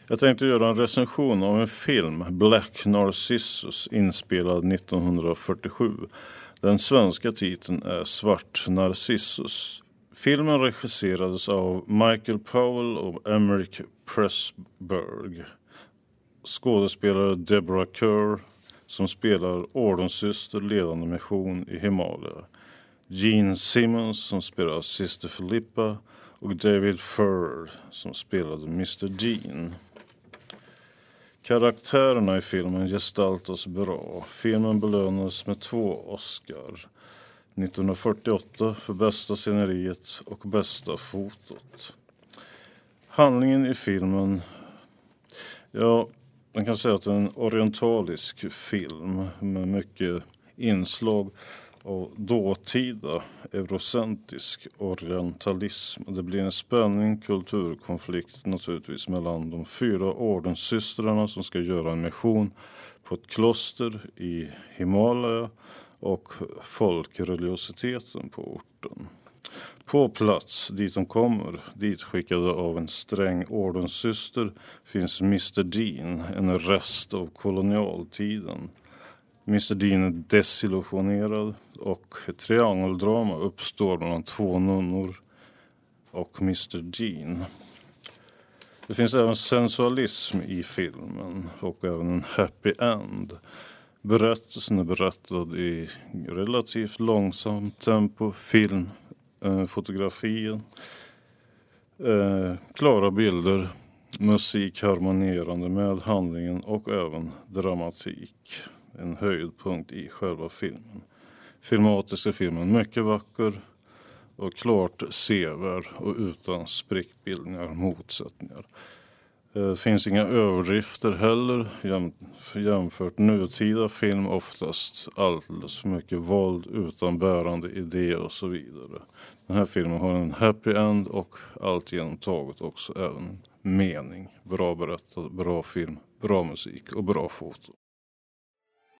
Jag tänkte göra en recension av en film, Black Narcissus, inspelad 1947. Den svenska titeln är Svart Narcissus. Filmen regisserades av Michael Powell och Emmerich Pressburg. Skådespelare Deborah Kerr som spelar ordenssyster ledande mission i Himalaya. Gene Simmons som spelar Sister Philippa och David Furr som spelade Mr. Dean. Karaktärerna i filmen gestaltas bra. Filmen belönades med 2 Oscar. 1948 för bästa sceneriet och bästa fotot. Handlingen i filmen, man kan säga att det är en orientalisk film med mycket inslag av dåtida eurocentrisk orientalism. Det blir en spänning, kulturkonflikt naturligtvis mellan de 4 ordenssystrarna som ska göra en mission på ett kloster i Himalaya och folkreligiositeten på orten. På plats dit de kommer, dit skickade av en sträng ordenssyster, finns Mr. Dean, en rest av kolonialtiden. Mr. Dean är desillusionerad och ett triangeldrama uppstår mellan 2 nunnor och Mr. Dean. Det finns även sensualism i filmen och även en happy end. Berättelsen är berättad i relativt långsamt tempo, fotografien, klara bilder, musik harmonerande med handlingen och även dramatik. En höjdpunkt i själva filmen. Filmatiska filmen mycket vacker och klart sevärd och utan sprickbildningar och motsättningar. Det finns inga överdrifter heller jämfört nutida film, oftast alldeles för mycket våld utan bärande idéer och så vidare. Den här filmen har en happy end och allt genomtaget också även mening. Bra berättad, bra film, bra musik och bra foto.